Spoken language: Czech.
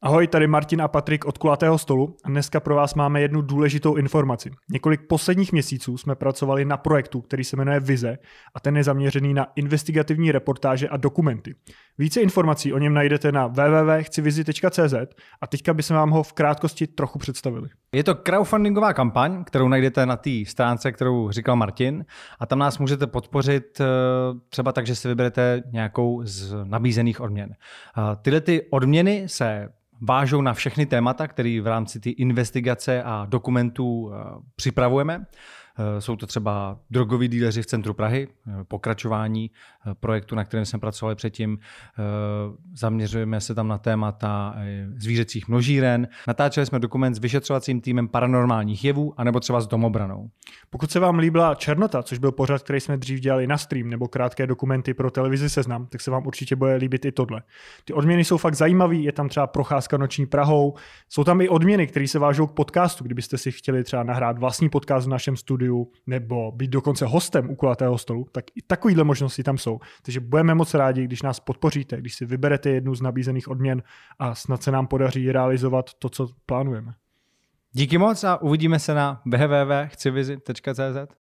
Ahoj, tady Martin a Patrik od Kulatého stolu a dneska pro vás máme jednu důležitou informaci. Několik posledních měsíců jsme pracovali na projektu, který se jmenuje Vize a ten je zaměřený na investigativní reportáže a dokumenty. Více informací o něm najdete na www.chcivizi.cz a teďka bychom vám ho v krátkosti trochu představili. Je to crowdfundingová kampaň, kterou najdete na té stránce, kterou říkal Martin, a tam nás můžete podpořit třeba tak, že si vyberete nějakou z nabízených odměn. Tyhle ty odměny se vážou na všechny témata, které v rámci té investigace a dokumentů připravujeme. Jsou to třeba drogoví díleři v centru Prahy, pokračování projektu, na kterém jsme pracovali předtím. Zaměřujeme se tam na témata zvířecích množíren. Natáčeli jsme dokument s vyšetřovacím týmem paranormálních jevů, anebo třeba s domobranou. Pokud se vám líbila Černota, což byl pořad, který jsme dřív dělali na stream, nebo krátké dokumenty pro televizi Seznam, tak se vám určitě bude líbit i tohle. Ty odměny jsou fakt zajímavé, je tam třeba procházka noční Prahou, jsou tam i odměny, které se vážou k podcastu, kdybyste si chtěli třeba nahrát vlastní podcast v našem studiu nebo být dokonce hostem u Kulatého stolu, tak i takovýhle možnosti tam jsou. Takže budeme moc rádi, když nás podpoříte, když si vyberete jednu z nabízených odměn a snad se nám podaří realizovat to, co plánujeme. Díky moc a uvidíme se na www.chcivizi.cz.